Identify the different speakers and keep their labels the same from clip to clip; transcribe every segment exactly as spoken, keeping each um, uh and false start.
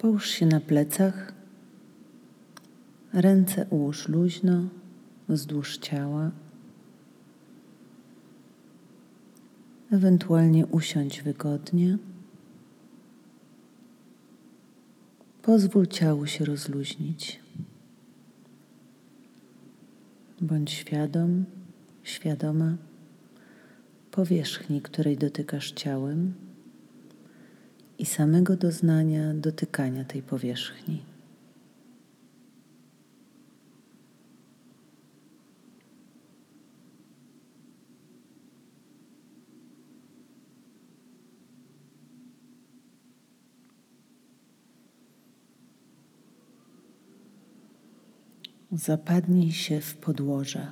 Speaker 1: Połóż się na plecach, ręce ułóż luźno wzdłuż ciała, ewentualnie usiądź wygodnie. Pozwól ciału się rozluźnić. Bądź świadom, świadoma powierzchni, której dotykasz ciałem i samego doznania dotykania tej powierzchni. Zapadnij się w podłoże.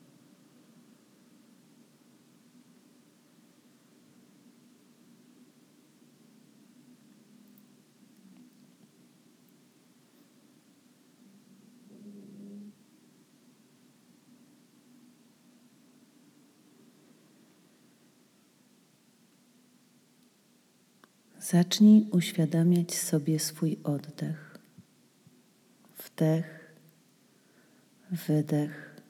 Speaker 1: Zacznij uświadamiać sobie swój oddech. Wdech, wydech.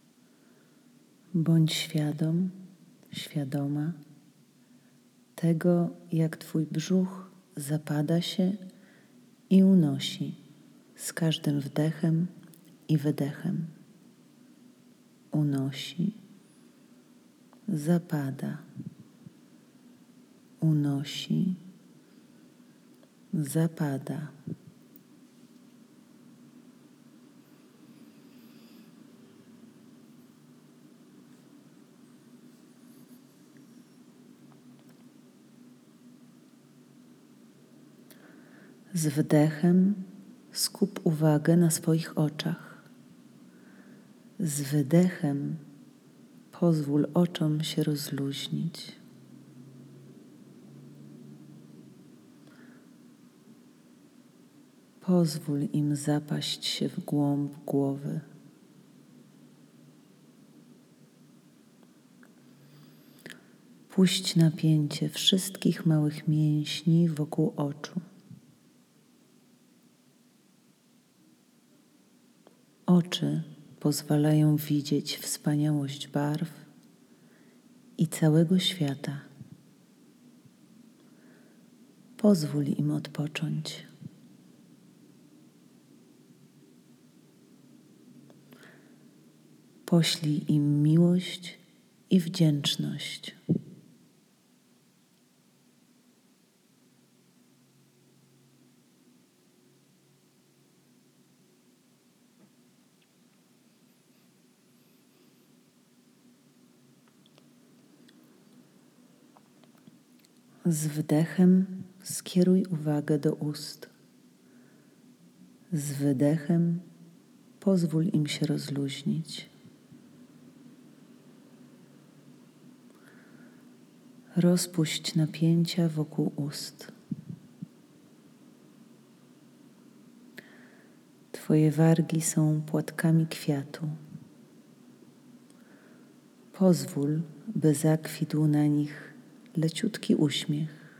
Speaker 1: Bądź świadom, świadoma tego, jak Twój brzuch zapada się i unosi z każdym wdechem i wydechem. Unosi, zapada, unosi, zapada. Z wdechem skup uwagę na swoich oczach. Z wydechem pozwól oczom się rozluźnić. Pozwól im zapaść się w głąb głowy. Puść napięcie wszystkich małych mięśni wokół oczu. Oczy pozwalają widzieć wspaniałość barw i całego świata. Pozwól im odpocząć. Poślij im miłość i wdzięczność. Z wdechem skieruj uwagę do ust. Z wydechem pozwól im się rozluźnić. Rozpuść napięcia wokół ust. Twoje wargi są płatkami kwiatu. Pozwól, by zakwitł na nich leciutki uśmiech.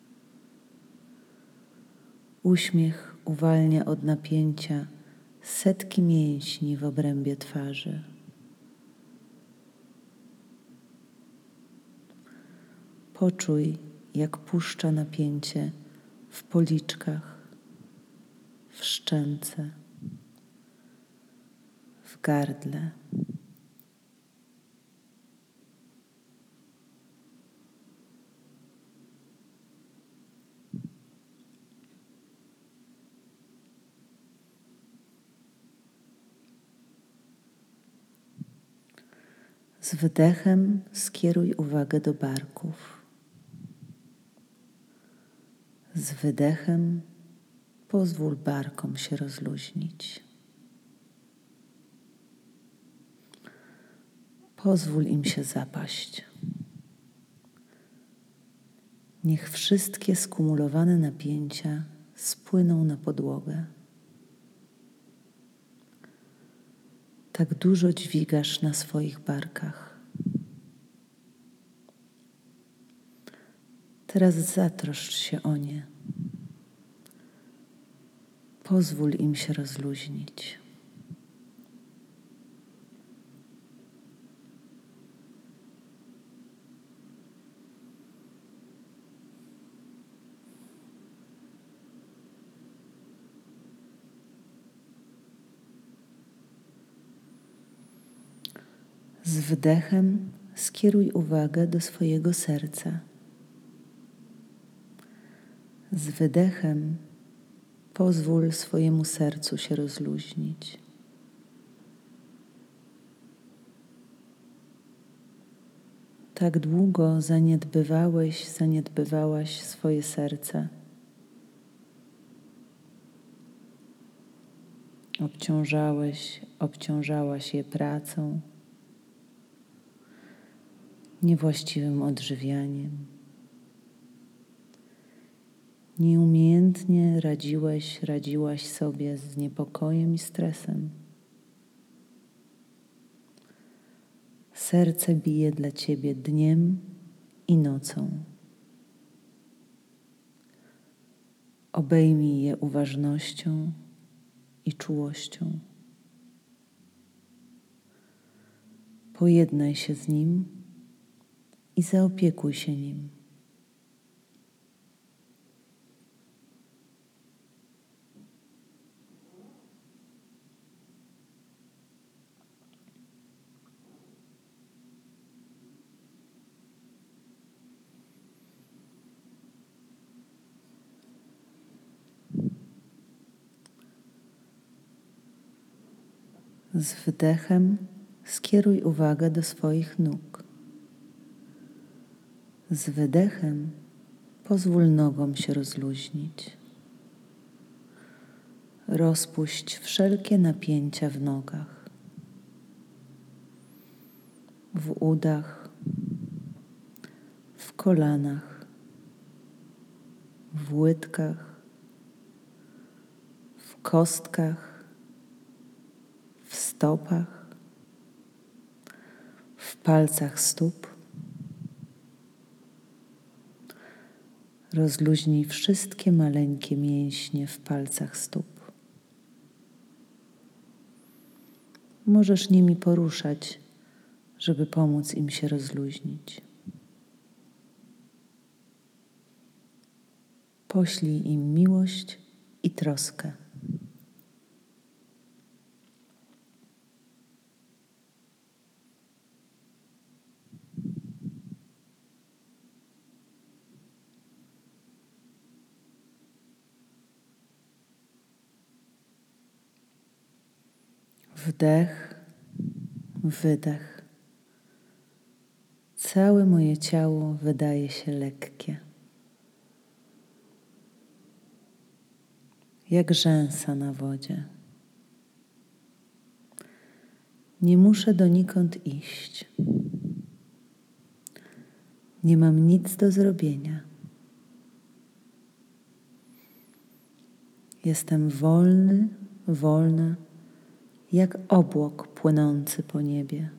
Speaker 1: Uśmiech uwalnia od napięcia setki mięśni w obrębie twarzy. Poczuj, jak puszcza napięcie w policzkach, w szczęce, w gardle. Z wdechem skieruj uwagę do barków. Z wydechem pozwól barkom się rozluźnić. Pozwól im się zapaść. Niech wszystkie skumulowane napięcia spłyną na podłogę. Tak dużo dźwigasz na swoich barkach. Teraz zatroszcz się o nie. Pozwól im się rozluźnić. Z wdechem skieruj uwagę do swojego serca. Z wydechem pozwól swojemu sercu się rozluźnić. Tak długo zaniedbywałeś, zaniedbywałaś swoje serce. Obciążałeś, obciążałaś je pracą, niewłaściwym odżywianiem. Nieumiejętnie radziłeś, radziłaś sobie z niepokojem i stresem. Serce bije dla Ciebie dniem i nocą. Obejmij je uważnością i czułością. Pojednaj się z nim i zaopiekuj się nim. Z wdechem skieruj uwagę do swoich nóg. Z wydechem pozwól nogom się rozluźnić. Rozpuść wszelkie napięcia w nogach, w udach, w kolanach, w łydkach, w kostkach, w stopach, w palcach stóp. Rozluźnij wszystkie maleńkie mięśnie w palcach stóp. Możesz nimi poruszać, żeby pomóc im się rozluźnić. Poślij im miłość i troskę. Wdech, wydech. Całe moje ciało wydaje się lekkie. Jak rzęsa na wodzie. Nie muszę donikąd iść. Nie mam nic do zrobienia. Jestem wolny, wolna, jak obłok płynący po niebie.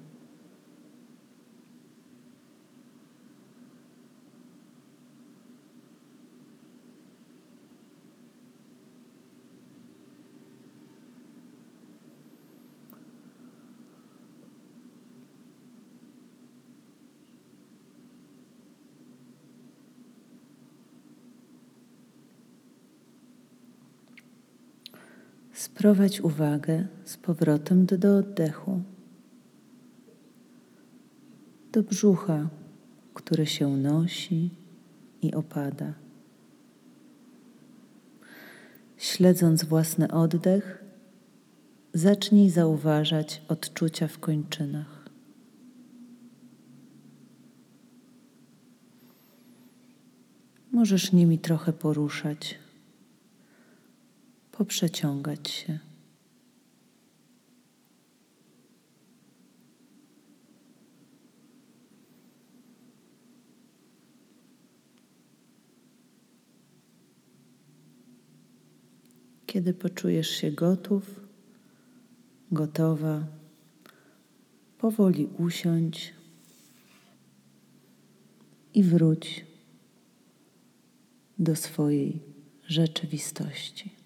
Speaker 1: Sprowadź uwagę z powrotem do, do oddechu, do brzucha, które się nosi i opada. Śledząc własny oddech, zacznij zauważać odczucia w kończynach. Możesz nimi trochę poruszać, poprzeciągać się. Kiedy poczujesz się gotów, gotowa, powoli usiądź i wróć do swojej rzeczywistości.